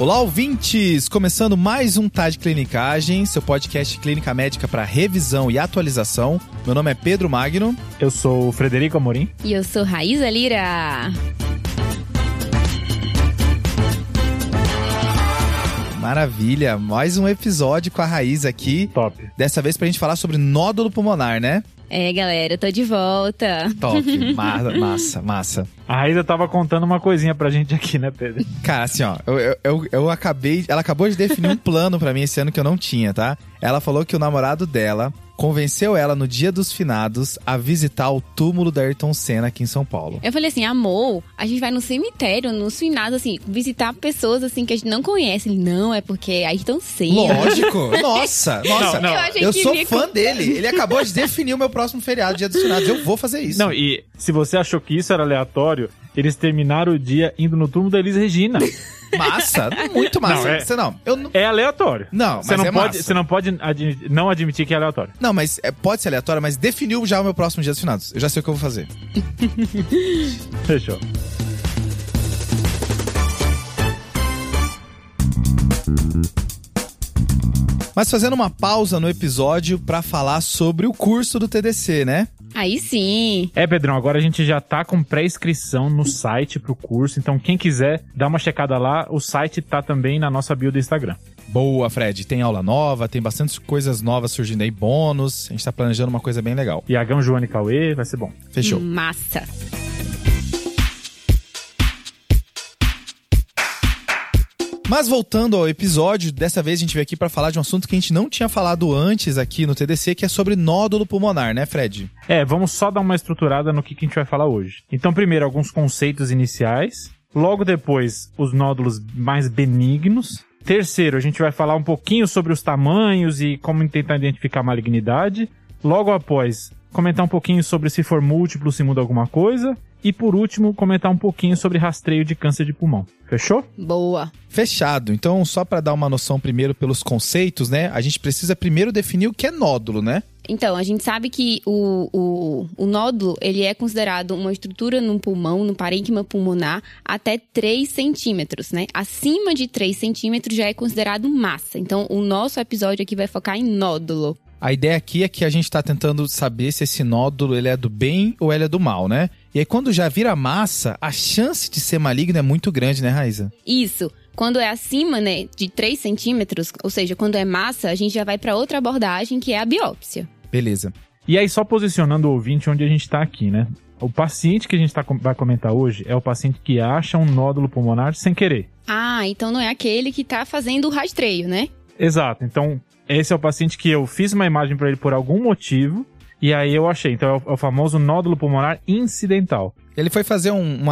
Olá, ouvintes! Começando mais um Tá de Clinicagem, seu podcast clínica médica para revisão e atualização. Meu nome é Pedro Magno. Eu sou o Frederico Amorim. E eu sou Raíza Lira. Maravilha! Mais um episódio com a Raíza aqui. Top. Dessa vez pra gente falar sobre nódulo pulmonar, né? É, galera, eu tô de volta. Top! Massa. A Raíza tava contando uma coisinha pra gente aqui, né, Pedro? Cara, assim, ó, eu acabei... Ela acabou de definir um plano pra mim esse ano que eu não tinha, tá? Ela falou que o namorado dela convenceu ela no Dia dos Finados a visitar o túmulo da Ayrton Senna aqui em São Paulo. Eu falei assim, amor, a gente vai no cemitério, nos finados, assim, visitar pessoas, assim, que a gente não conhece. Ele, não, é porque é Ayrton Senna. Lógico! Nossa! Não. Eu sou fã dele. Ele acabou de definir o meu próximo feriado, Dia dos Finados. Eu vou fazer isso. Não, e se você achou que isso era aleatório, eles terminaram o dia indo no túmulo da Elis Regina. Massa, muito massa. É aleatório. Não, mas é massa. Você não pode não admitir que é aleatório. Não, mas pode ser aleatório, mas definiu já o meu próximo Dia dos Finados. Eu já sei o que eu vou fazer. Fechou. Mas fazendo uma pausa no episódio pra falar sobre o curso do TDC, né? Aí sim. É, Pedrão, agora a gente já tá com pré-inscrição no site pro curso, então quem quiser dá uma checada lá, o site tá também na nossa bio do Instagram. Boa, Fred. Tem aula nova, tem bastante coisas novas surgindo aí, bônus. A gente tá planejando uma coisa bem legal. Iagão, Joana e Cauê, vai ser bom. Fechou. Massa. Mas voltando ao episódio, dessa vez a gente veio aqui pra falar de um assunto que a gente não tinha falado antes aqui no TDC, que é sobre nódulo pulmonar, né, Fred? Vamos só dar uma estruturada no que a gente vai falar hoje. Então, primeiro, alguns conceitos iniciais. Logo depois, os nódulos mais benignos. Terceiro, a gente vai falar um pouquinho sobre os tamanhos e como tentar identificar a malignidade. Logo após, comentar um pouquinho sobre se for múltiplo, se muda alguma coisa. E por último, comentar um pouquinho sobre rastreio de câncer de pulmão. Fechou? Boa. Fechado. Então, só para dar uma noção primeiro pelos conceitos, né? A gente precisa primeiro definir o que é nódulo, né? Então, a gente sabe que o nódulo, ele é considerado uma estrutura no pulmão, no parênquima pulmonar, até 3 centímetros, né? Acima de 3 centímetros já é considerado massa. Então, o nosso episódio aqui vai focar em nódulo. A ideia aqui é que a gente tá tentando saber se esse nódulo ele é do bem ou ele é do mal, né? E aí, quando já vira massa, a chance de ser maligno é muito grande, né, Raíza? Isso. Quando é acima, né, de 3 centímetros, ou seja, quando é massa, a gente já vai para outra abordagem, que é a biópsia. Beleza. E aí, só posicionando o ouvinte onde a gente tá aqui, né? O paciente que a gente vai comentar hoje é o paciente que acha um nódulo pulmonar sem querer. Ah, então não é aquele que tá fazendo o rastreio, né? Exato. Então, esse é o paciente que eu fiz uma imagem para ele por algum motivo e aí eu achei. Então, é o famoso nódulo pulmonar incidental. Ele foi fazer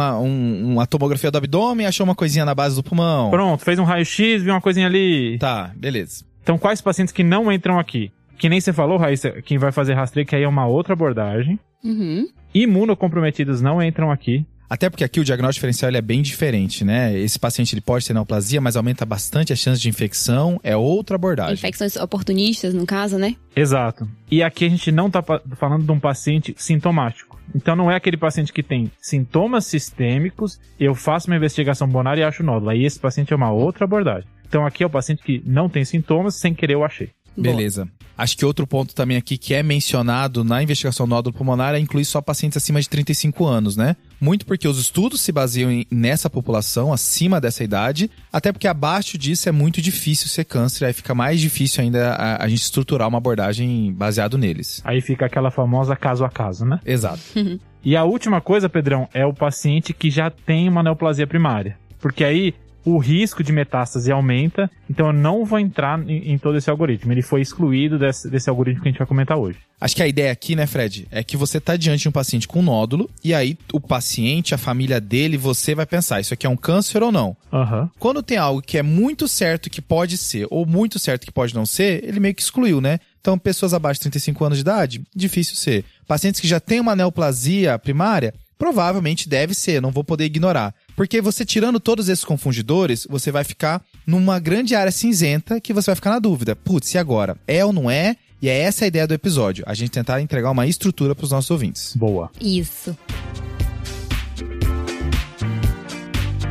uma tomografia do abdômen, achou uma coisinha na base do pulmão. Pronto, fez um raio-x, viu uma coisinha ali. Tá, beleza. Então, quais pacientes que não entram aqui? Que nem você falou, Raíssa, quem vai fazer rastreio, que aí é uma outra abordagem. Uhum. Imunocomprometidos não entram aqui. Até porque aqui o diagnóstico diferencial ele é bem diferente, né? Esse paciente ele pode ter neoplasia, mas aumenta bastante a chance de infecção. É outra abordagem. Infecções oportunistas, no caso, né? Exato. E aqui a gente não tá falando de um paciente sintomático. Então não é aquele paciente que tem sintomas sistêmicos, eu faço uma investigação pulmonar e acho nódulo. Aí esse paciente é uma outra abordagem. Então aqui é o paciente que não tem sintomas, sem querer eu achei. Beleza. Acho que outro ponto também aqui que é mencionado na investigação nódulo pulmonar é incluir só pacientes acima de 35 anos, né? Muito porque os estudos se baseiam nessa população, acima dessa idade, até porque abaixo disso é muito difícil ser câncer, aí fica mais difícil ainda a gente estruturar uma abordagem baseado neles. Aí fica aquela famosa caso a caso, né? Exato. E a última coisa, Pedrão, é o paciente que já tem uma neoplasia primária. Porque aí o risco de metástase aumenta, então eu não vou entrar em todo esse algoritmo. Ele foi excluído desse algoritmo que a gente vai comentar hoje. Acho que a ideia aqui, né, Fred, é que você tá diante de um paciente com nódulo, e aí o paciente, a família dele, você vai pensar, isso aqui é um câncer ou não? Uhum. Quando tem algo que é muito certo que pode ser, ou muito certo que pode não ser, ele meio que excluiu, né? Então, pessoas abaixo de 35 anos de idade, difícil ser. Pacientes que já têm uma neoplasia primária, provavelmente deve ser, não vou poder ignorar. Porque você tirando todos esses confundidores, você vai ficar numa grande área cinzenta que você vai ficar na dúvida. Putz, e agora? É ou não é? E é essa a ideia do episódio, a gente tentar entregar uma estrutura para os nossos ouvintes. Boa. Isso.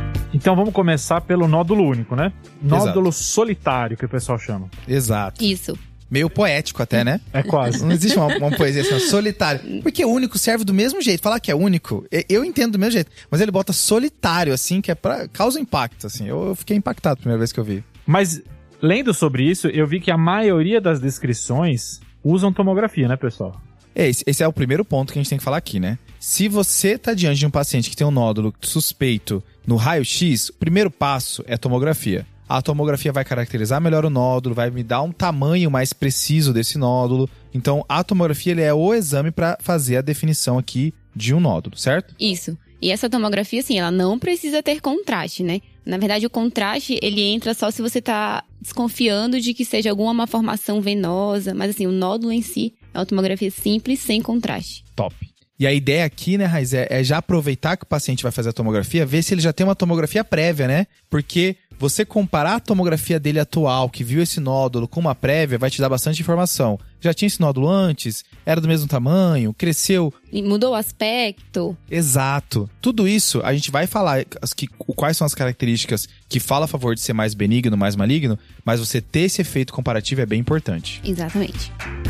Então vamos começar pelo nódulo único, né? Nódulo Exato. solitário, que o pessoal chama. Exato. Isso. Meio poético até, né? É quase. Não existe uma poesia assim, solitário. Porque único serve do mesmo jeito. Falar que é único, eu entendo do mesmo jeito. Mas ele bota solitário, assim, que é pra... causa impacto, assim. Eu fiquei impactado a primeira vez que eu vi. Mas, lendo sobre isso, eu vi que a maioria das descrições usam tomografia, né, pessoal? Esse é o primeiro ponto que a gente tem que falar aqui, né? Se você tá diante de um paciente que tem um nódulo suspeito no raio-x, o primeiro passo é tomografia. A tomografia vai caracterizar melhor o nódulo, vai me dar um tamanho mais preciso desse nódulo. Então, a tomografia ele é o exame para fazer a definição aqui de um nódulo, certo? Isso. E essa tomografia, assim, ela não precisa ter contraste, né? Na verdade, o contraste, ele entra só se você tá desconfiando de que seja alguma malformação venosa. Mas, assim, o nódulo em si é uma tomografia simples, sem contraste. Top. E a ideia aqui, né, Raiz, é já aproveitar que o paciente vai fazer a tomografia, ver se ele já tem uma tomografia prévia, né? Porque você comparar a tomografia dele atual, que viu esse nódulo, com uma prévia, vai te dar bastante informação. Já tinha esse nódulo antes? Era do mesmo tamanho? Cresceu? E mudou o aspecto? Exato. Tudo isso, a gente vai falar quais são as características que falam a favor de ser mais benigno, mais maligno, mas você ter esse efeito comparativo é bem importante. Exatamente.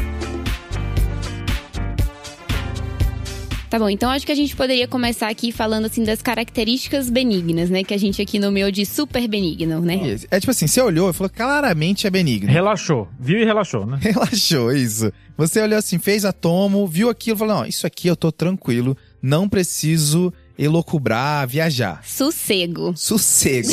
Tá bom, então acho que a gente poderia começar aqui falando, assim, das características benignas, né? Que a gente aqui nomeou de super benigno, né? É tipo assim, você olhou e falou, claramente é benigno. Relaxou. Viu e relaxou, né? Relaxou, isso. Você olhou assim, fez a tomo, viu aquilo e falou, não, isso aqui eu tô tranquilo, não preciso elocubrar, viajar. Sossego. Sossego.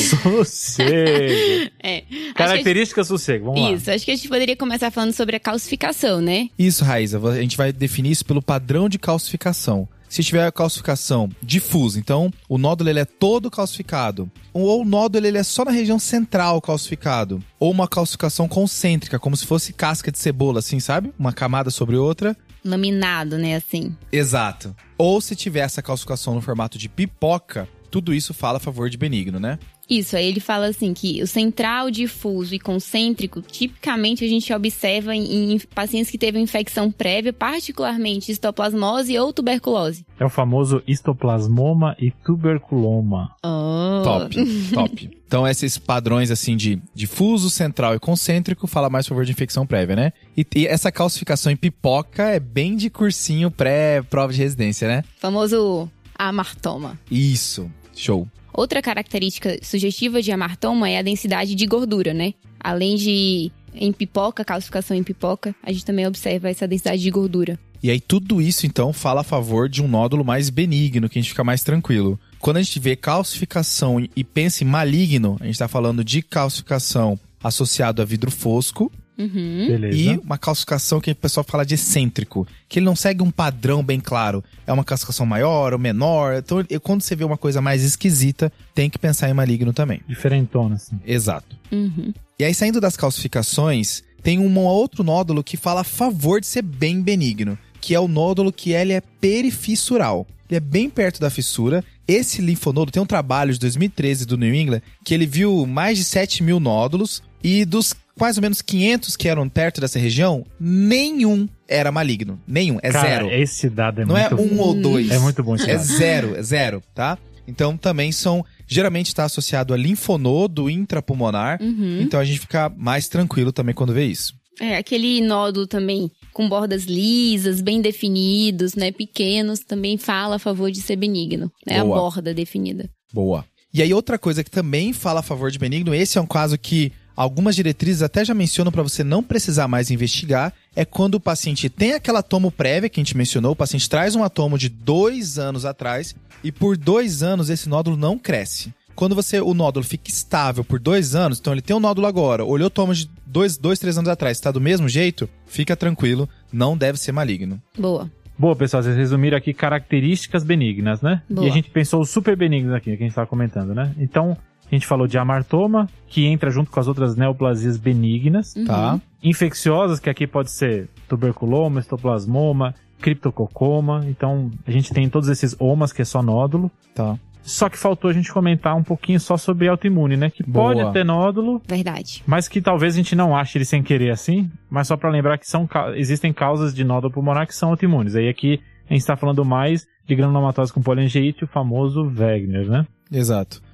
Sossego. É. Característica sossego, vamos lá. Isso, acho que a gente poderia começar falando sobre a calcificação, né? Isso, Raíza, a gente vai definir isso pelo padrão de calcificação. Se tiver a calcificação difusa, então o nódulo ele é todo calcificado, ou o nódulo ele é só na região central calcificado, ou uma calcificação concêntrica, como se fosse casca de cebola, assim, sabe? Uma camada sobre outra. Laminado, né, assim. Exato. Ou se tiver essa calcificação no formato de pipoca, tudo isso fala a favor de benigno, né? Isso, aí ele fala assim que o central, difuso e concêntrico, tipicamente a gente observa em pacientes que teve infecção prévia, particularmente histoplasmose ou tuberculose. É o famoso histoplasmoma e tuberculoma. Oh. Top. Então esses padrões assim de difuso, central e concêntrico fala mais a favor de infecção prévia, né? E essa calcificação em pipoca é bem de cursinho pré-prova de residência, né? Famoso amartoma. Isso, show. Outra característica sugestiva de amartoma é a densidade de gordura, né? Além de em pipoca, calcificação em pipoca, a gente também observa essa densidade de gordura. E aí tudo isso, então, fala a favor de um nódulo mais benigno, que a gente fica mais tranquilo. Quando a gente vê calcificação e pensa em maligno, a gente tá falando de calcificação associado a vidro fosco. Uhum. Beleza. E uma calcificação que o pessoal fala de excêntrico, que ele não segue um padrão bem claro. É uma calcificação maior ou menor. Então, quando você vê uma coisa mais esquisita, tem que pensar em maligno também. Diferentona, assim. Exato. Uhum. E aí, saindo das calcificações, tem um outro nódulo que fala a favor de ser bem benigno, que é o nódulo que ele é perifissural. Ele é bem perto da fissura. Esse linfonodo tem um trabalho de 2013 do New England, que ele viu mais de 7 mil nódulos, e dos mais ou menos 500 que eram perto dessa região, nenhum era maligno. Nenhum, é Cara, zero. Esse dado é Não muito é um ou dois. É muito bom esse É dado. zero, tá? Então também geralmente está associado a linfonodo intrapulmonar, então a gente fica mais tranquilo também quando vê isso. É, aquele nódulo também com bordas lisas, bem definidos, né, pequenos, também fala a favor de ser benigno, né, a Boa. borda definida. Boa. E aí outra coisa que também fala a favor de benigno, esse é um caso que algumas diretrizes até já mencionam para você não precisar mais investigar, é quando o paciente tem aquela tomo prévia que a gente mencionou, o paciente traz um atomo de 2 anos atrás e por 2 anos esse nódulo não cresce. Quando o nódulo fica estável por 2 anos, então ele tem um nódulo agora, olhou o tomo de 3 anos atrás, está do mesmo jeito, fica tranquilo, não deve ser maligno. Boa. Boa, pessoal, vocês resumiram aqui características benignas, né? Boa. E a gente pensou os super benignos aqui, que a gente estava comentando, né? Então, a gente falou de amartoma, que entra junto com as outras neoplasias benignas, Tá? infecciosas, que aqui pode ser tuberculoma, histoplasmoma, criptococoma. Então, a gente tem todos esses omas, que é só nódulo. Tá. Só que faltou a gente comentar um pouquinho só sobre autoimune, né? Que Boa. pode ter nódulo, Verdade. mas que talvez a gente não ache ele sem querer assim. Mas só pra lembrar que existem causas de nódulo pulmonar que são autoimunes. Aí aqui a gente tá falando mais de granulomatose com poliangeite, o famoso Wegener, né? Exato.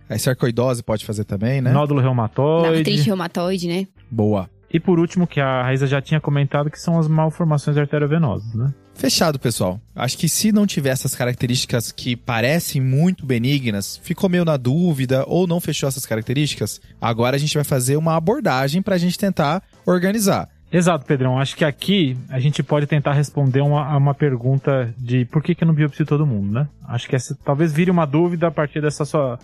A sarcoidose pode fazer também, né? Nódulo Na reumatoide. artrite reumatoide, né? Boa. E por último, que a Raíza já tinha comentado, que são as malformações arteriovenosas, né? Fechado, pessoal. Acho que se não tiver essas características que parecem muito benignas, ficou meio na dúvida ou não fechou essas características, agora a gente vai fazer uma abordagem pra gente tentar organizar. Exato, Pedrão. Acho que aqui a gente pode tentar responder a uma pergunta de por que eu não biopsio todo mundo, né? Acho que essa talvez vire uma dúvida a partir dessa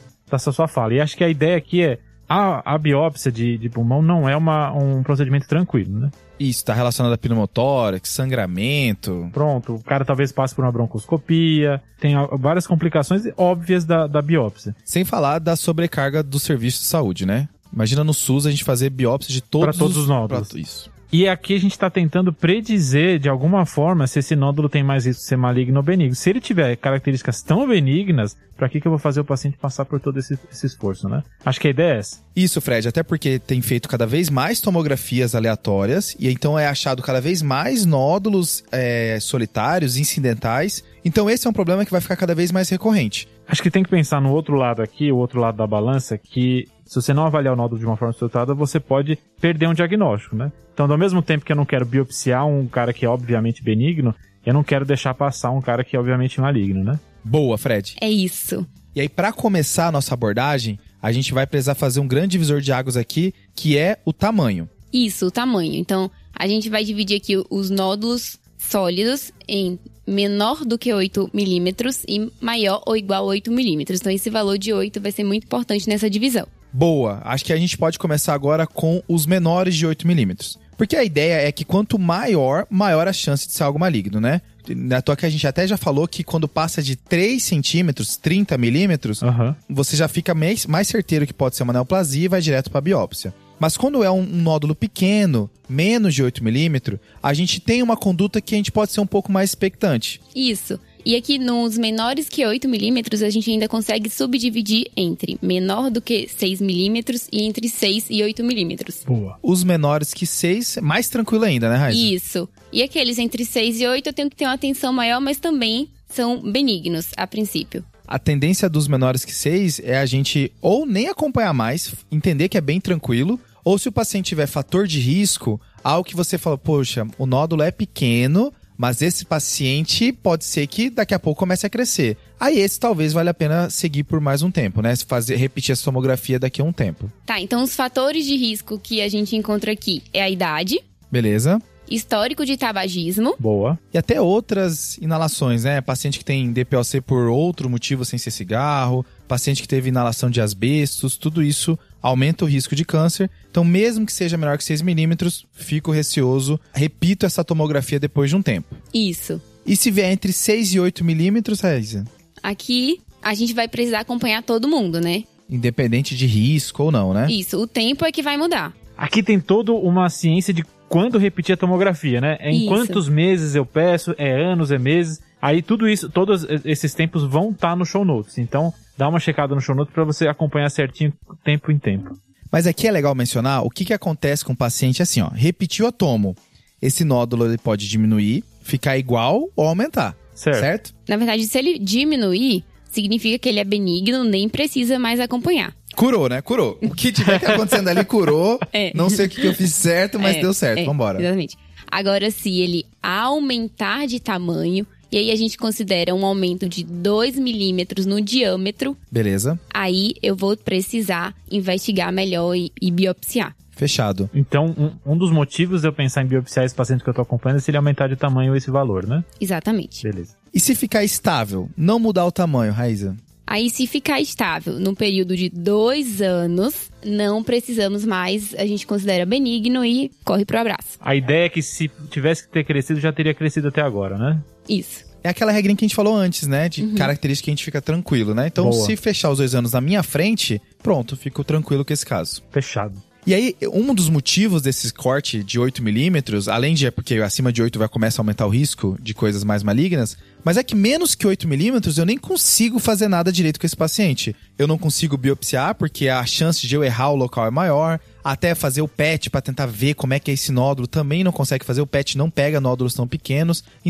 sua fala. E acho que a ideia aqui é a biópsia de pulmão não é um procedimento tranquilo, né? Isso, está relacionado a pneumotórax, sangramento. Pronto, o cara talvez passe por uma broncoscopia, tem várias complicações óbvias da biópsia. Sem falar da sobrecarga do serviço de saúde, né? Imagina no SUS a gente fazer biópsia de todos os nódulos. Isso. E aqui a gente está tentando predizer, de alguma forma, se esse nódulo tem mais risco de ser maligno ou benigno. Se ele tiver características tão benignas, para que eu vou fazer o paciente passar por todo esse esforço, né? Acho que a ideia é essa. Isso, Fred, até porque tem feito cada vez mais tomografias aleatórias e então é achado cada vez mais nódulos solitários, incidentais. Então esse é um problema que vai ficar cada vez mais recorrente. Acho que tem que pensar no outro lado aqui, o outro lado da balança, que se você não avaliar o nódulo de uma forma estruturada, você pode perder um diagnóstico, né? Então, ao mesmo tempo que eu não quero biopsiar um cara que é obviamente benigno, eu não quero deixar passar um cara que é obviamente maligno, né? Boa, Fred. É isso. E aí, para começar a nossa abordagem, a gente vai precisar fazer um grande divisor de águas aqui, que é o tamanho. Isso, o tamanho. Então, a gente vai dividir aqui os nódulos sólidos em menor do que 8 milímetros e maior ou igual a 8 milímetros. Então, esse valor de 8 vai ser muito importante nessa divisão. Boa. Acho que a gente pode começar agora com os menores de 8 milímetros. Porque a ideia é que quanto maior a chance de ser algo maligno, né? Na toa que a gente até já falou que quando passa de 3 centímetros, 30 milímetros, você já fica mais certeiro que pode ser uma neoplasia e vai direto para a biópsia. Mas quando é um nódulo pequeno, menos de 8 milímetros, a gente tem uma conduta que a gente pode ser um pouco mais expectante. Isso. E aqui nos menores que 8 milímetros, a gente ainda consegue subdividir entre menor do que 6 milímetros e entre 6 e 8 milímetros. Boa. Os menores que 6, mais tranquilo ainda, né, Raíssa? Isso. E aqueles entre 6 e 8 eu tenho que ter uma atenção maior, mas também são benignos a princípio. A tendência dos menores que 6 é a gente ou nem acompanhar mais, entender que é bem tranquilo, ou se o paciente tiver fator de risco, algo que você fala, poxa, o nódulo é pequeno, mas esse paciente pode ser que daqui a pouco comece a crescer. Aí esse talvez valha a pena seguir por mais um tempo, né? Repetir essa tomografia daqui a um tempo. Tá, então os fatores de risco que a gente encontra aqui é a idade. Beleza. Histórico de tabagismo. Boa. E até outras inalações, né? Paciente que tem DPOC por outro motivo sem ser cigarro, paciente que teve inalação de asbestos, tudo isso aumenta o risco de câncer. Então, mesmo que seja menor que 6 milímetros, fico receoso. Repito essa tomografia depois de um tempo. Isso. E se vier entre 6 e 8 milímetros, Raíssa? Aqui, a gente vai precisar acompanhar todo mundo, né? Independente de risco ou não, né? Isso. O tempo é que vai mudar. Aqui tem toda uma ciência de quando repetir a tomografia, né? É em Isso. quantos meses eu peço, é anos, é meses. Aí tudo isso, todos esses tempos vão estar no show notes. Então, dá uma checada no show notes para você acompanhar certinho tempo em tempo. Mas aqui é legal mencionar o que acontece com o paciente assim, ó. Repetiu a tomo. Esse nódulo ele pode diminuir, ficar igual ou aumentar. Certo? Na verdade, se ele diminuir, significa que ele é benigno, nem precisa mais acompanhar. Curou, né? Curou. O que tiver que acontecendo ali, curou. É. Não sei o que eu fiz certo, mas deu certo. Vambora. Exatamente. Agora, se ele aumentar de tamanho, e aí a gente considera um aumento de 2 milímetros no diâmetro, Beleza. aí eu vou precisar investigar melhor e biopsiar. Fechado. Então, um dos motivos de eu pensar em biopsiar esse paciente que eu tô acompanhando é se ele aumentar de tamanho esse valor, né? Exatamente. Beleza. E se ficar estável, não mudar o tamanho, Raíssa? Aí, se ficar estável no período de 2 anos, não precisamos mais, a gente considera benigno e corre pro abraço. A ideia é que se tivesse que ter crescido, já teria crescido até agora, né? Isso. É aquela regrinha que a gente falou antes, né? De característica que a gente fica tranquilo, né? Então, Boa. se fechar os 2 anos na minha frente, pronto, fico tranquilo com esse caso. Fechado. E aí, um dos motivos desse corte de 8 milímetros, além de porque acima de 8 vai começar a aumentar o risco de coisas mais malignas, mas é que menos que 8 milímetros eu nem consigo fazer nada direito com esse paciente. Eu não consigo biopsiar porque a chance de eu errar o local é maior. Até fazer o PET para tentar ver como é que é esse nódulo também não consegue fazer. O PET não pega nódulos tão pequenos. Então,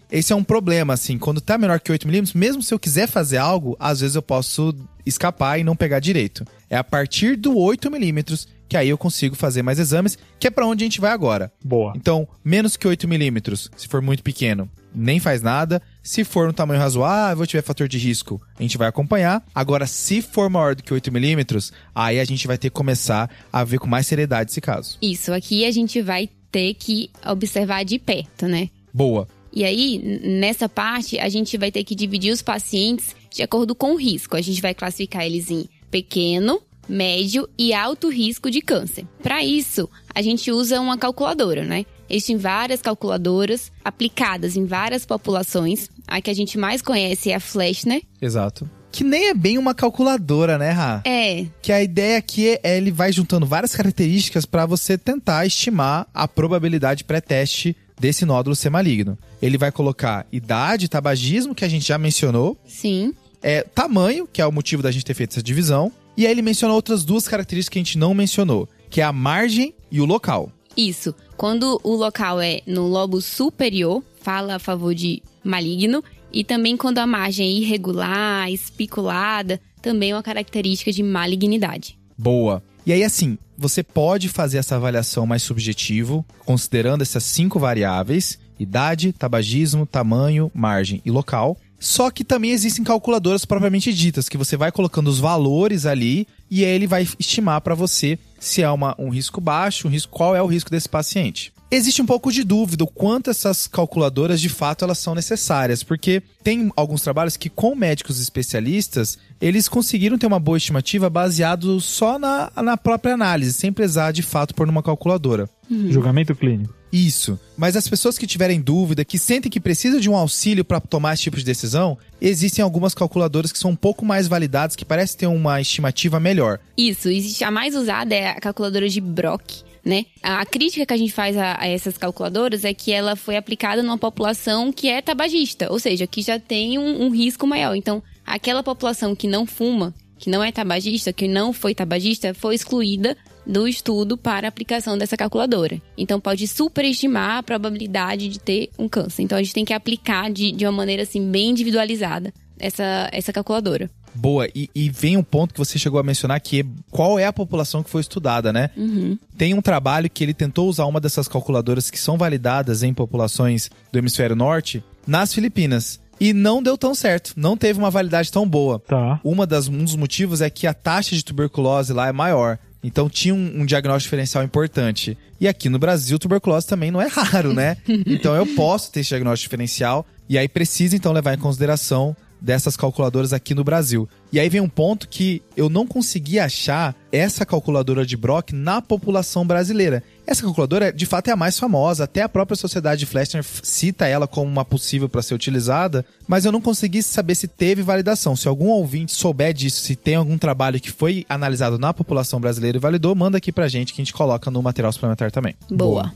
esse é um problema, assim, quando tá menor que 8 milímetros, mesmo se eu quiser fazer algo, às vezes eu posso escapar e não pegar direito. É a partir do 8 milímetros que aí eu consigo fazer mais exames, que é pra onde a gente vai agora. Boa. Então, menos que 8 milímetros, se for muito pequeno, nem faz nada. Se for no tamanho razoável, tiver fator de risco, a gente vai acompanhar. Agora, se for maior do que 8 milímetros, aí a gente vai ter que começar a ver com mais seriedade esse caso. Isso, aqui a gente vai ter que observar de perto, né? Boa. E aí, nessa parte, a gente vai ter que dividir os pacientes de acordo com o risco. A gente vai classificar eles em pequeno, médio e alto risco de câncer. Para isso, a gente usa uma calculadora, né? Existem várias calculadoras aplicadas em várias populações. A que a gente mais conhece é a Fleshner. Exato. Que nem é bem uma calculadora, né, Rá? É. Que a ideia aqui é ele vai juntando várias características para você tentar estimar a probabilidade pré-teste desse nódulo ser maligno. Ele vai colocar idade, tabagismo, que a gente já mencionou. Sim. Tamanho, que é o motivo da gente ter feito essa divisão. E aí ele menciona outras duas características que a gente não mencionou, que é a margem e o local. Isso. Quando o local é no lobo superior, fala a favor de maligno. E também quando a margem é irregular, espiculada, também é uma característica de malignidade. Boa. E aí, assim, você pode fazer essa avaliação mais subjetivo, considerando essas 5 variáveis: idade, tabagismo, tamanho, margem e local. Só que também existem calculadoras propriamente ditas, que você vai colocando os valores ali e aí ele vai estimar para você se é um risco baixo, qual é o risco desse paciente. Existe um pouco de dúvida o quanto essas calculadoras de fato elas são necessárias, porque tem alguns trabalhos que com médicos especialistas eles conseguiram ter uma boa estimativa baseado só na própria análise, sem precisar de fato por numa calculadora. Julgamento clínico. Isso. Mas as pessoas que tiverem dúvida, que sentem que precisam de um auxílio para tomar esse tipo de decisão, existem algumas calculadoras que são um pouco mais validadas, que parecem ter uma estimativa melhor. Isso. A mais usada é a calculadora de Brock, né? A crítica que a gente faz a essas calculadoras é que ela foi aplicada numa população que é tabagista, ou seja, que já tem um risco maior. Então, aquela população que não fuma, que não é tabagista, que não foi tabagista, foi excluída do estudo para a aplicação dessa calculadora. Então, pode superestimar a probabilidade de ter um câncer. Então, a gente tem que aplicar de uma maneira assim, bem individualizada essa calculadora. Boa, e vem um ponto que você chegou a mencionar, que é qual é a população que foi estudada, né? Tem um trabalho que ele tentou usar uma dessas calculadoras que são validadas em populações do hemisfério norte nas Filipinas. E não deu tão certo, não teve uma validade tão boa. Tá. Um dos motivos é que a taxa de tuberculose lá é maior. Então tinha um diagnóstico diferencial importante. E aqui no Brasil, tuberculose também não é raro, né? Então eu posso ter esse diagnóstico diferencial. E aí precisa então levar em consideração dessas calculadoras aqui no Brasil. E aí vem um ponto que eu não consegui achar essa calculadora de Brock na população brasileira. Essa calculadora, de fato, é a mais famosa. Até a própria Sociedade Fleshner cita ela como uma possível para ser utilizada, mas eu não consegui saber se teve validação. Se algum ouvinte souber disso, se tem algum trabalho que foi analisado na população brasileira e validou, manda aqui pra gente que a gente coloca no material suplementar também. Boa.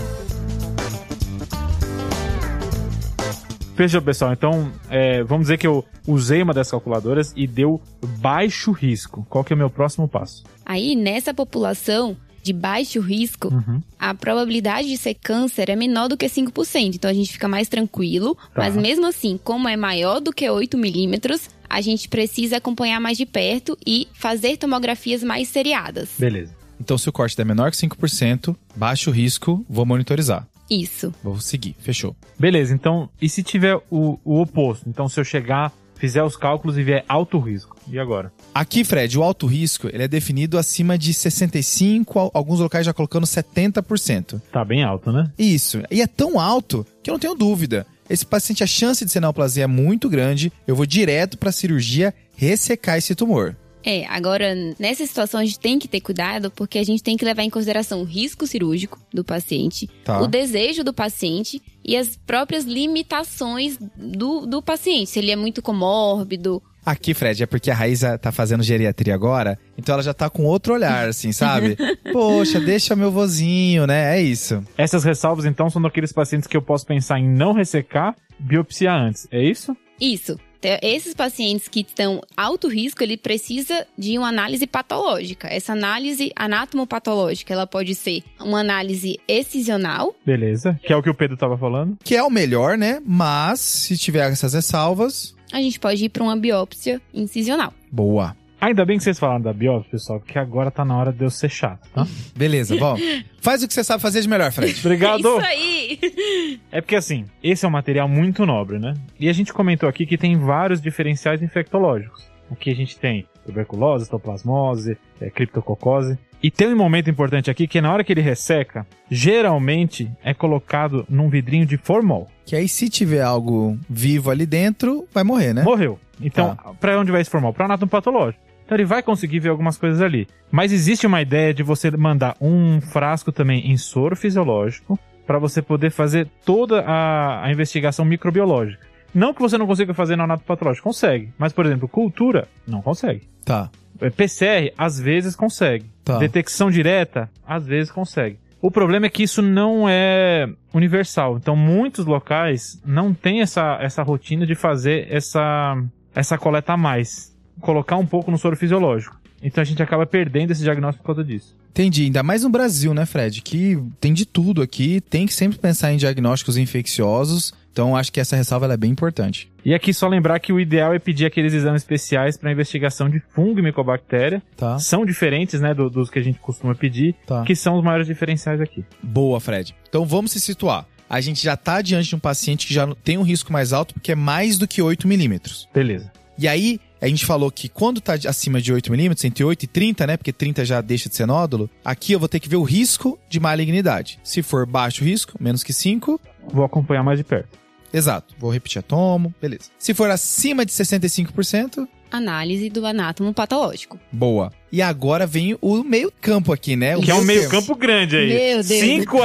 Fechou, pessoal. Então, vamos dizer que eu usei uma dessas calculadoras e deu baixo risco. Qual que é o meu próximo passo? Aí, nessa população de baixo risco, a probabilidade de ser câncer é menor do que 5%. Então, a gente fica mais tranquilo. Tá. Mas mesmo assim, como é maior do que 8 milímetros, a gente precisa acompanhar mais de perto e fazer tomografias mais seriadas. Beleza. Então, se o corte der menor que 5%, baixo risco, vou monitorizar. Isso. Vou seguir, fechou. Beleza, então, e se tiver o oposto? Então, se eu chegar, fizer os cálculos e vier alto risco, e agora? Aqui, Fred, o alto risco, ele é definido acima de 65%, alguns locais já colocando 70%. Tá bem alto, né? Isso, e é tão alto que eu não tenho dúvida. Esse paciente, a chance de ser neoplasia é muito grande, eu vou direto para a cirurgia ressecar esse tumor. Agora, nessa situação a gente tem que ter cuidado porque a gente tem que levar em consideração o risco cirúrgico do paciente, Tá. o desejo do paciente e as próprias limitações do paciente, se ele é muito comórbido. Aqui, Fred, é porque a Raíza tá fazendo geriatria agora, então ela já tá com outro olhar, assim, sabe? Poxa, deixa meu vozinho, né? É isso. Essas ressalvas, então, são daqueles pacientes que eu posso pensar em não ressecar, biopsiar antes, é isso? Isso. Esses pacientes que estão alto risco, ele precisa de uma análise patológica. Essa análise anatomopatológica, ela pode ser uma análise excisional. Beleza, que é o que o Pedro estava falando. Que é o melhor, né? Mas, se tiver essas ressalvas... A gente pode ir para uma biópsia incisional. Boa. Ainda bem que vocês falaram da biópsia, pessoal, porque agora tá na hora de eu ser chato, tá? Beleza, bom. Faz o que você sabe fazer de melhor, Fred. Obrigado! Isso aí! É porque, assim, esse é um material muito nobre, né? E a gente comentou aqui que tem vários diferenciais infectológicos. Aqui a gente tem tuberculose, histoplasmose, criptococose. E tem um momento importante aqui que na hora que ele resseca, geralmente é colocado num vidrinho de formol. Que aí se tiver algo vivo ali dentro, vai morrer, né? Morreu. Então, pra onde vai esse formol? Pra anatomopatológico. Então ele vai conseguir ver algumas coisas ali. Mas existe uma ideia de você mandar um frasco também em soro fisiológico para você poder fazer toda a investigação microbiológica. Não que você não consiga fazer na anatomopatológico, consegue. Mas, por exemplo, cultura, não consegue. Tá. PCR, às vezes consegue. Tá. Detecção direta, às vezes consegue. O problema é que isso não é universal. Então, muitos locais não têm essa rotina de fazer essa coleta a mais. Colocar um pouco no soro fisiológico. Então a gente acaba perdendo esse diagnóstico por causa disso. Entendi. Ainda mais no Brasil, né, Fred? Que tem de tudo aqui. Tem que sempre pensar em diagnósticos infecciosos. Então acho que essa ressalva ela é bem importante. E aqui só lembrar que o ideal é pedir aqueles exames especiais para investigação de fungo e micobactéria. Tá. São diferentes, né, dos que a gente costuma pedir, que são os maiores diferenciais aqui. Boa, Fred. Então vamos se situar. A gente já está diante de um paciente que já tem um risco mais alto porque é mais do que 8 milímetros. Beleza. E aí, a gente falou que quando tá acima de 8 milímetros, entre 8 e 30, né? Porque 30 já deixa de ser nódulo. Aqui eu vou ter que ver o risco de malignidade. Se for baixo risco, menos que 5... Vou acompanhar mais de perto. Exato. Vou repetir a tomo, beleza. Se for acima de 65%... Análise do anátomo patológico. Boa. E agora vem o meio campo aqui, né? Que é um meio campo grande aí. Meu Deus. 5 a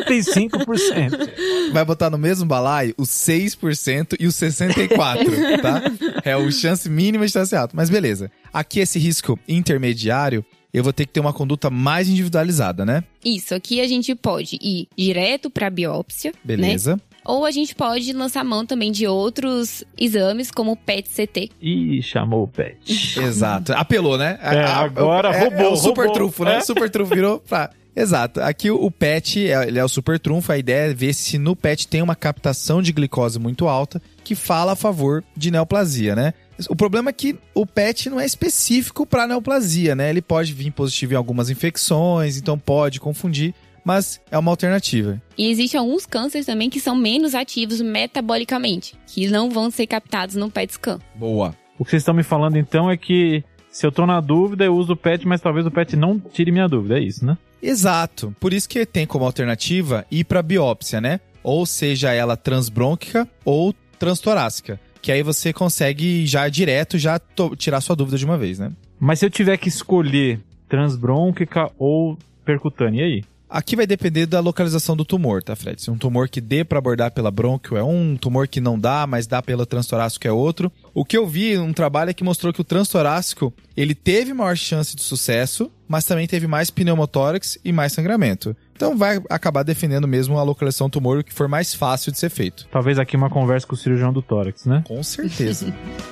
65%. Vai botar no mesmo balaio os 6% e os 64%, tá? É a chance mínima de estar ser alto. Mas beleza. Aqui esse risco intermediário, eu vou ter que ter uma conduta mais individualizada, né? Isso, aqui a gente pode ir direto para biópsia, beleza. Né? Ou a gente pode lançar mão também de outros exames, como o PET-CT. Ih, chamou o PET. Exato. Apelou, né? Agora roubou. É o super roubou. trunfo, né? O super trunfo virou pra... Exato. Aqui o PET, ele é o super trunfo. A ideia é ver se no PET tem uma captação de glicose muito alta que fala a favor de neoplasia, né? O problema é que o PET não é específico para neoplasia, né? Ele pode vir positivo em algumas infecções, então pode confundir, mas é uma alternativa. E existem alguns cânceres também que são menos ativos metabolicamente, que não vão ser captados no PET scan. Boa. O que vocês estão me falando então é que se eu tô na dúvida, eu uso o PET, mas talvez o PET não tire minha dúvida, é isso, né? Exato. Por isso que tem como alternativa ir para biópsia, né? Ou seja ela transbrônquica ou transtorácica. Que aí você consegue já direto tirar sua dúvida de uma vez, né? Mas se eu tiver que escolher transbrônquica ou percutânea, e aí? Aqui vai depender da localização do tumor, tá, Fred? Se um tumor que dê para abordar pela brônquio é um tumor que não dá, mas dá pela transtorácico é outro. O que eu vi um trabalho é que mostrou que o transtorácico, ele teve maior chance de sucesso, mas também teve mais pneumotórax e mais sangramento. Então vai acabar defendendo mesmo a localização do tumor, o que for mais fácil de ser feito. Talvez aqui uma conversa com o cirurgião do tórax, né? Com certeza.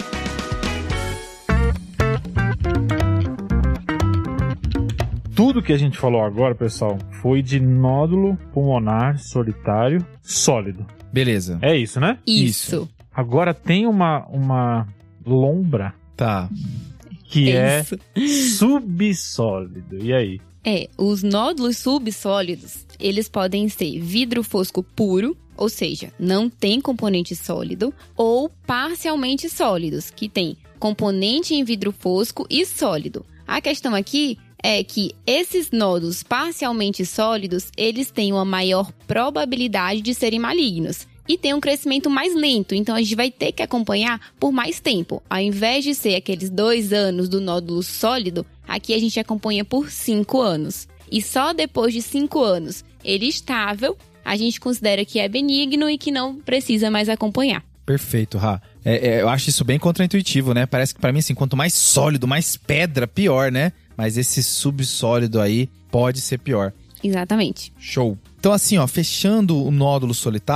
Tudo que a gente falou agora, pessoal, foi de nódulo pulmonar solitário sólido. Beleza. É isso, né? Isso. Agora tem uma lombra. Tá. Que é subsólido. E aí? Os nódulos subsólidos, eles podem ser vidro fosco puro, ou seja, não tem componente sólido, ou parcialmente sólidos, que tem componente em vidro fosco e sólido. A questão aqui é que esses nódulos parcialmente sólidos, eles têm uma maior probabilidade de serem malignos e tem um crescimento mais lento, então a gente vai ter que acompanhar por mais tempo. Ao invés de ser aqueles 2 anos do nódulo sólido, aqui a gente acompanha por 5 anos. E só depois de 5 anos, ele estável, a gente considera que é benigno e que não precisa mais acompanhar. Perfeito, Rá. Eu acho isso bem contraintuitivo, né? Parece que pra mim, assim, quanto mais sólido, mais pedra, pior, né? Mas esse subsólido aí pode ser pior. Exatamente. Show. Então assim, ó, fechando o nódulo solitário,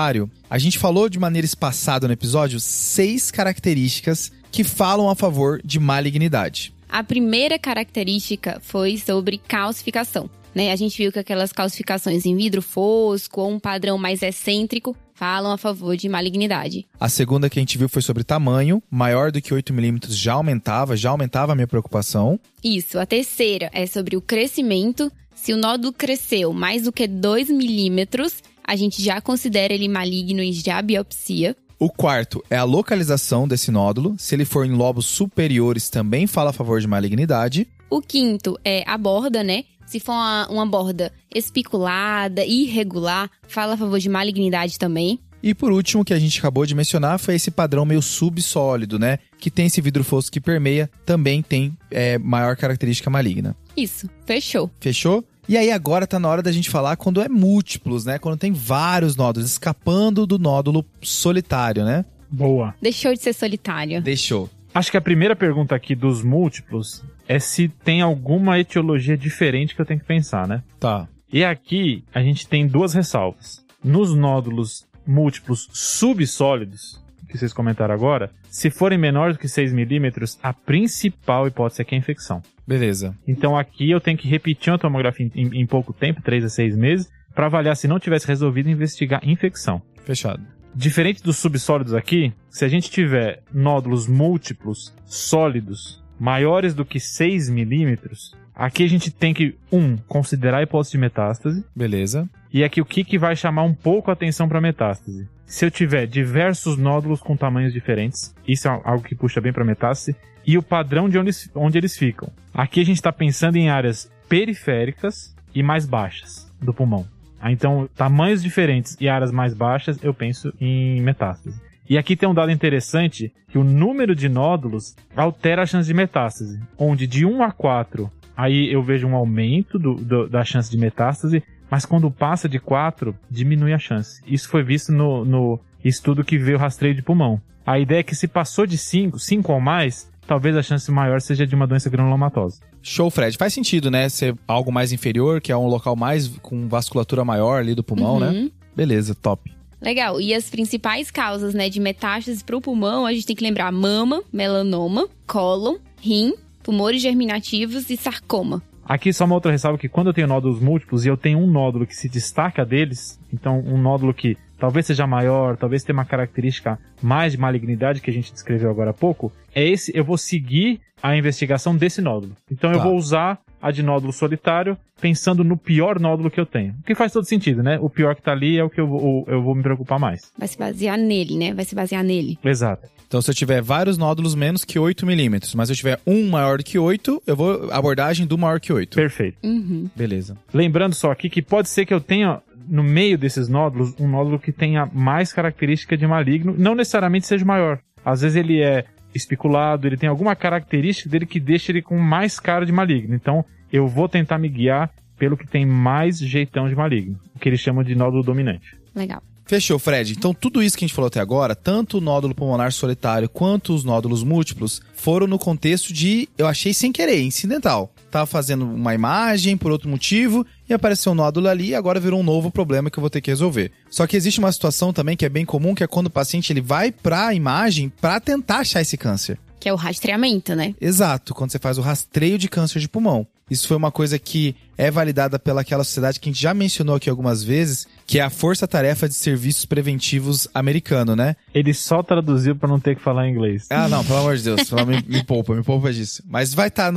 A gente falou de maneira espaçada no episódio 6 características que falam a favor de malignidade. A primeira característica foi sobre calcificação, né? A gente viu que aquelas calcificações em vidro fosco ou um padrão mais excêntrico falam a favor de malignidade. A segunda que a gente viu foi sobre tamanho, maior do que 8 milímetros já aumentava a minha preocupação. Isso, a terceira é sobre o crescimento. Se o nódulo cresceu mais do que 2 milímetros, a gente já considera ele maligno e já biopsia. O quarto é a localização desse nódulo. Se ele for em lobos superiores, também fala a favor de malignidade. O quinto é a borda, né? Se for uma borda espiculada, irregular, fala a favor de malignidade também. E por último, o que a gente acabou de mencionar foi esse padrão meio subsólido, né? Que tem esse vidro fosco que permeia, também tem maior característica maligna. Isso, fechou. Fechou? E aí agora tá na hora da gente falar quando é múltiplos, né? Quando tem vários nódulos, escapando do nódulo solitário, né? Boa. Deixou de ser solitário. Deixou. Acho que a primeira pergunta aqui dos múltiplos é se tem alguma etiologia diferente que eu tenho que pensar, né? Tá. E aqui a gente tem duas ressalvas. Nos nódulos múltiplos subsólidos, que vocês comentaram agora, se forem menores do que 6 milímetros, a principal hipótese é que é infecção. Beleza. Então aqui eu tenho que repetir uma tomografia em pouco tempo, 3 a 6 meses, para avaliar se não tivesse resolvido investigar infecção. Fechado. Diferente dos subsólidos aqui, se a gente tiver nódulos múltiplos sólidos maiores do que 6 milímetros, aqui a gente tem que, considerar a hipótese de metástase. Beleza. E aqui o que vai chamar um pouco a atenção para metástase? Se eu tiver diversos nódulos com tamanhos diferentes, isso é algo que puxa bem para metástase, e o padrão de onde eles ficam. Aqui a gente está pensando em áreas periféricas e mais baixas do pulmão. Então, tamanhos diferentes e áreas mais baixas, eu penso em metástase. E aqui tem um dado interessante, que o número de nódulos altera a chance de metástase, onde de 1 a 4, aí eu vejo um aumento da chance de metástase, mas quando passa de 4, diminui a chance. Isso foi visto no estudo que vê o rastreio de pulmão. A ideia é que se passou de 5 ou mais, talvez a chance maior seja de uma doença granulomatosa. Show, Fred. Faz sentido, né? Ser algo mais inferior, que é um local mais com vasculatura maior ali do pulmão, né? Beleza, top. Legal. E as principais causas, né, de metástase para o pulmão, a gente tem que lembrar mama, melanoma, cólon, rim, tumores germinativos e sarcoma. Aqui só uma outra ressalva, que quando eu tenho nódulos múltiplos e eu tenho um nódulo que se destaca deles, então um nódulo que talvez seja maior, talvez tenha uma característica mais de malignidade que a gente descreveu agora há pouco, eu vou seguir a investigação desse nódulo. Então eu vou usar a de nódulo solitário pensando no pior nódulo que eu tenho. O que faz todo sentido, né? O pior que tá ali é o que eu vou me preocupar mais. Vai se basear nele, né? Vai se basear nele. Exato. Então, se eu tiver vários nódulos menos que 8 milímetros, mas se eu tiver um maior que 8, eu vou abordagem do maior que 8. Perfeito. Beleza. Lembrando só aqui que pode ser que eu tenha, no meio desses nódulos, um nódulo que tenha mais característica de maligno, não necessariamente seja maior. Às vezes ele é espiculado, ele tem alguma característica dele que deixa ele com mais cara de maligno. Então, eu vou tentar me guiar pelo que tem mais jeitão de maligno, o que eles chamam de nódulo dominante. Legal. Fechou, Fred. Então, tudo isso que a gente falou até agora, tanto o nódulo pulmonar solitário quanto os nódulos múltiplos, foram no contexto de, eu achei sem querer, incidental. Tava fazendo uma imagem por outro motivo e apareceu um nódulo ali e agora virou um novo problema que eu vou ter que resolver. Só que existe uma situação também que é bem comum, que é quando o paciente ele vai pra imagem pra tentar achar esse câncer. Que é o rastreamento, né? Exato, quando você faz o rastreio de câncer de pulmão. Isso foi uma coisa que é validada pelaquela sociedade que a gente já mencionou aqui algumas vezes, que é a Força Tarefa de Serviços Preventivos americano, né? Ele só traduziu pra não ter que falar inglês. Ah, não, pelo amor de Deus, me poupa disso. Mas vai tá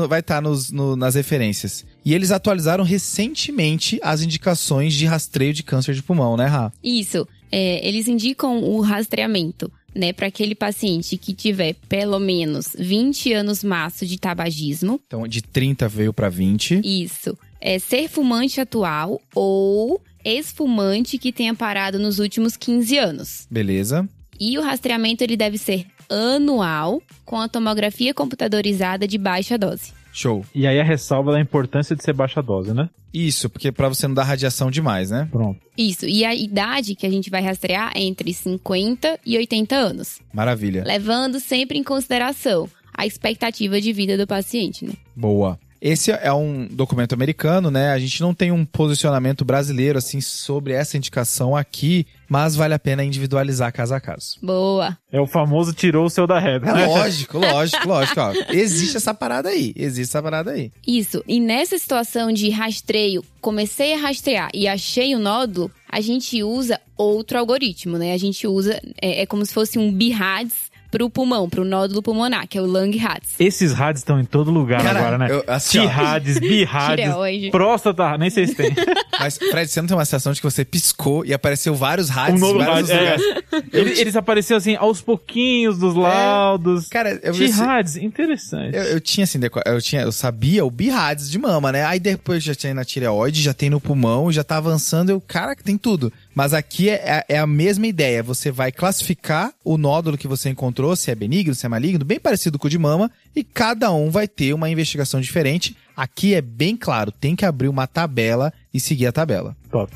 nas referências. E eles atualizaram recentemente as indicações de rastreio de câncer de pulmão, né, Rá? Isso, eles indicam o rastreamento, né, para aquele paciente que tiver pelo menos 20 anos máximo de tabagismo. Então, de 30 veio para 20. Isso. Ser fumante atual ou ex-fumante que tenha parado nos últimos 15 anos. Beleza. E o rastreamento ele deve ser anual, com a tomografia computadorizada de baixa dose. Show. E aí a ressalva da importância de ser baixa dose, né? Isso, porque pra você não dar radiação demais, né? Pronto. Isso, e a idade que a gente vai rastrear é entre 50 e 80 anos. Maravilha. Levando sempre em consideração a expectativa de vida do paciente, né? Boa. Esse é um documento americano, né? A gente não tem um posicionamento brasileiro, assim, sobre essa indicação aqui, mas vale a pena individualizar caso a caso. Boa. É o famoso tirou o seu da reta, né? Lógico. Ó, existe essa parada aí. Isso. E nessa situação de rastreio, comecei a rastrear e achei o nódulo, a gente usa outro algoritmo, né? A gente usa, é como se fosse um BIRADS pro pulmão, pro nódulo pulmonar, que é o Langerhans. Esses RADs estão em todo lugar agora, né? T-RADs, B-RADs, próstata, nem sei se tem. Mas, Fred, você não tem uma sensação de que você piscou e apareceu vários RADs em vários lugares? Eles apareciam assim, aos pouquinhos dos laudos. Cara, T-RADs, interessante. Eu tinha assim, eu sabia o B-RADs de mama, né? Aí depois já tinha na tireoide, já tem no pulmão, já tá avançando, cara, tem tudo. Mas aqui é a mesma ideia, você vai classificar o nódulo que você encontrou, se é benigno, se é maligno, bem parecido com o de mama, e cada um vai ter uma investigação diferente. Aqui é bem claro, tem que abrir uma tabela e seguir a tabela. Top.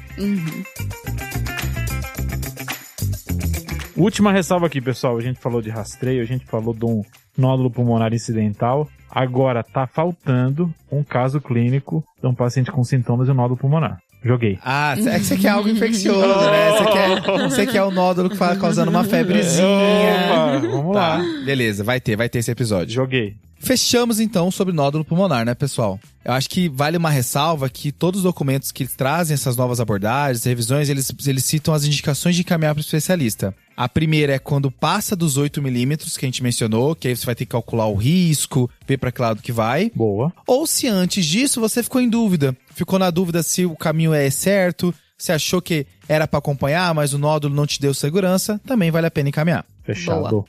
Última ressalva aqui, pessoal. A gente falou de rastreio, a gente falou de um nódulo pulmonar incidental. Agora tá faltando um caso clínico de um paciente com sintomas de um nódulo pulmonar. Joguei. Ah, é que você quer algo infeccioso, né? Você quer o nódulo que fala causando uma febrezinha. Opa, vamos lá. Beleza, vai ter esse episódio. Joguei. Fechamos então sobre nódulo pulmonar, né, pessoal? Eu acho que vale uma ressalva que todos os documentos que trazem essas novas abordagens, revisões, eles citam as indicações de encaminhar para o especialista. A primeira é quando passa dos 8 milímetros, que a gente mencionou, que aí você vai ter que calcular o risco, ver para que lado que vai. Boa. Ou se antes disso você ficou em dúvida, ficou na dúvida se o caminho é certo, você achou que era para acompanhar, mas o nódulo não te deu segurança, também vale a pena encaminhar. Fechado. Boa.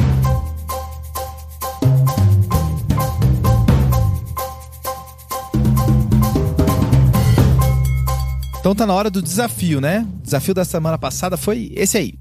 Então tá na hora do desafio, né? O desafio da semana passada foi esse aí.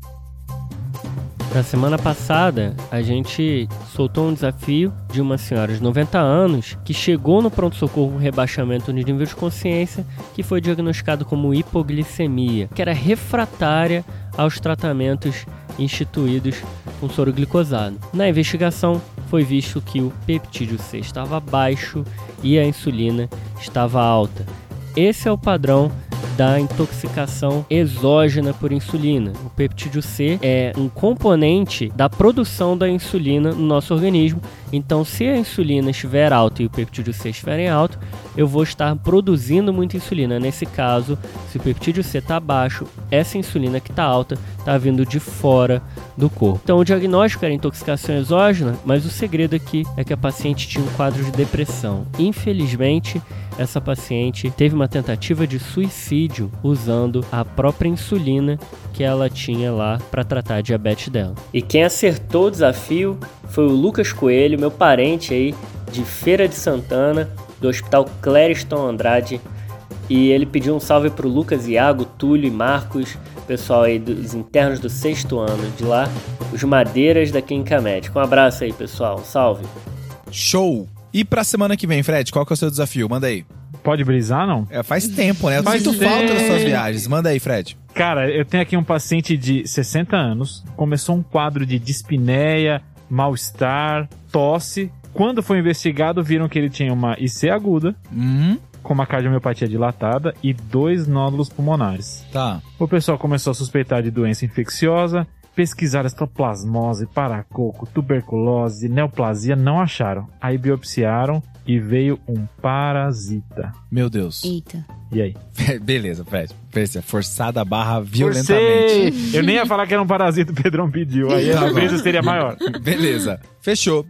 Na semana passada, a gente soltou um desafio de uma senhora de 90 anos que chegou no pronto-socorro com rebaixamento no nível de consciência, que foi diagnosticado como hipoglicemia, que era refratária aos tratamentos instituídos com soro glicosado. Na investigação, foi visto que o peptídeo C estava baixo e a insulina estava alta. Esse é o padrão da intoxicação exógena por insulina. O peptídeo C é um componente da produção da insulina no nosso organismo. Então, se a insulina estiver alta e o peptídeo C estiver alto, eu vou estar produzindo muita insulina. Nesse caso, se o peptídeo C está baixo, essa insulina que está alta está vindo de fora do corpo. Então, o diagnóstico era intoxicação exógena, mas o segredo aqui é que a paciente tinha um quadro de depressão. Infelizmente, essa paciente teve uma tentativa de suicídio usando a própria insulina que ela tinha lá para tratar a diabetes dela. E quem acertou o desafio foi o Lucas Coelho, meu parente aí de Feira de Santana, do Hospital Clériston Andrade. E ele pediu um salve pro Lucas, Iago, Túlio e Marcos, pessoal aí dos internos do 6º ano de lá, os madeiras da Clínica Médica. Um abraço aí, pessoal. Um salve. Show! E pra semana que vem, Fred, qual que é o seu desafio? Manda aí. Pode brisar, não? Faz tempo, né? Eu sinto falta das suas viagens. Manda aí, Fred. Cara, eu tenho aqui um paciente de 60 anos, começou um quadro de dispneia, mal-estar, tosse. Quando foi investigado, viram que ele tinha uma IC aguda, com uma cardiomiopatia dilatada e 2 nódulos pulmonares. Tá. O pessoal começou a suspeitar de doença infecciosa, pesquisaram estoplasmose, paracoco, tuberculose, neoplasia, não acharam. Aí biopsiaram e veio um parasita. Meu Deus. Eita. E aí? Beleza, Fred. Forçada a barra violentamente. Forcei! Eu nem ia falar que era um parasita, o Pedrão pediu. Aí a surpresa seria maior. Beleza. Fechou.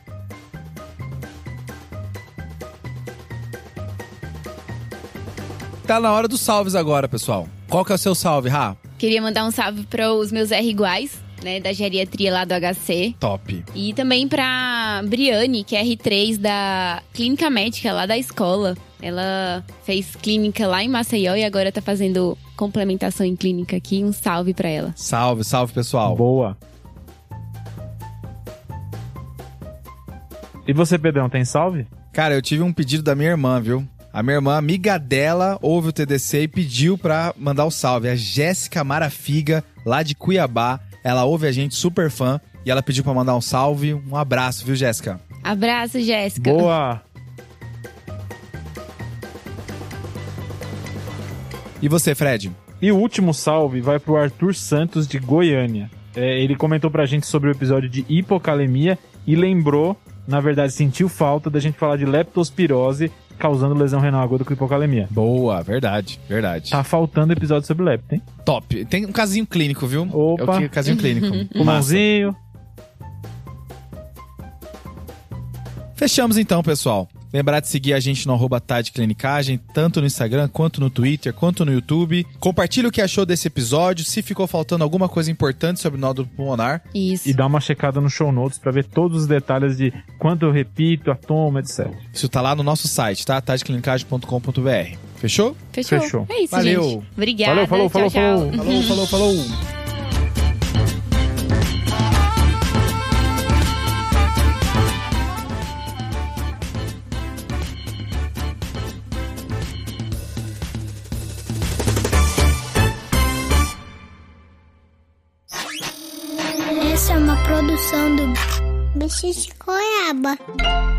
Tá na hora dos salves agora, pessoal. Qual que é o seu salve, Rá? Queria mandar um salve para os meus R iguais, né, da geriatria lá do HC. Top. E também pra Briane, que é R3 da Clínica Médica lá da escola. Ela fez clínica lá em Maceió e agora tá fazendo complementação em clínica aqui. Um salve pra ela. Salve, salve, pessoal. Boa. E você, Pedrão, tem salve? Cara, eu tive um pedido da minha irmã, viu? A minha irmã, amiga dela, ouve o TDC e pediu pra mandar o salve. A Jéssica Marafiga, lá de Cuiabá. Ela ouve a gente, super fã. E ela pediu pra mandar um salve. Um abraço, viu, Jéssica? Abraço, Jéssica. Boa! E você, Fred? E o último salve vai pro Arthur Santos, de Goiânia. Ele comentou pra gente sobre o episódio de hipocalemia e lembrou, na verdade, sentiu falta da gente falar de leptospirose causando lesão renal aguda com hipocalemia. Boa, verdade. Tá faltando episódio sobre lepto, hein? Top. Tem um casinho clínico, viu? Opa. É o casinho clínico. Pulmãozinho. Fechamos então, pessoal. Lembrar de seguir a gente no @TadeClinicagem, tanto no Instagram, quanto no Twitter, quanto no YouTube. Compartilhe o que achou desse episódio, se ficou faltando alguma coisa importante sobre o nódulo pulmonar. Isso. E dá uma checada no show notes pra ver todos os detalhes de quanto eu repito, atomo, etc. Isso tá lá no nosso site, tá? tadeclinicagem.com.br. Fechou? Fechou. É isso, Valeu. gente. Obrigada. Falou. Tchau. Falou. Essa é uma produção do Bicho de Goiaba.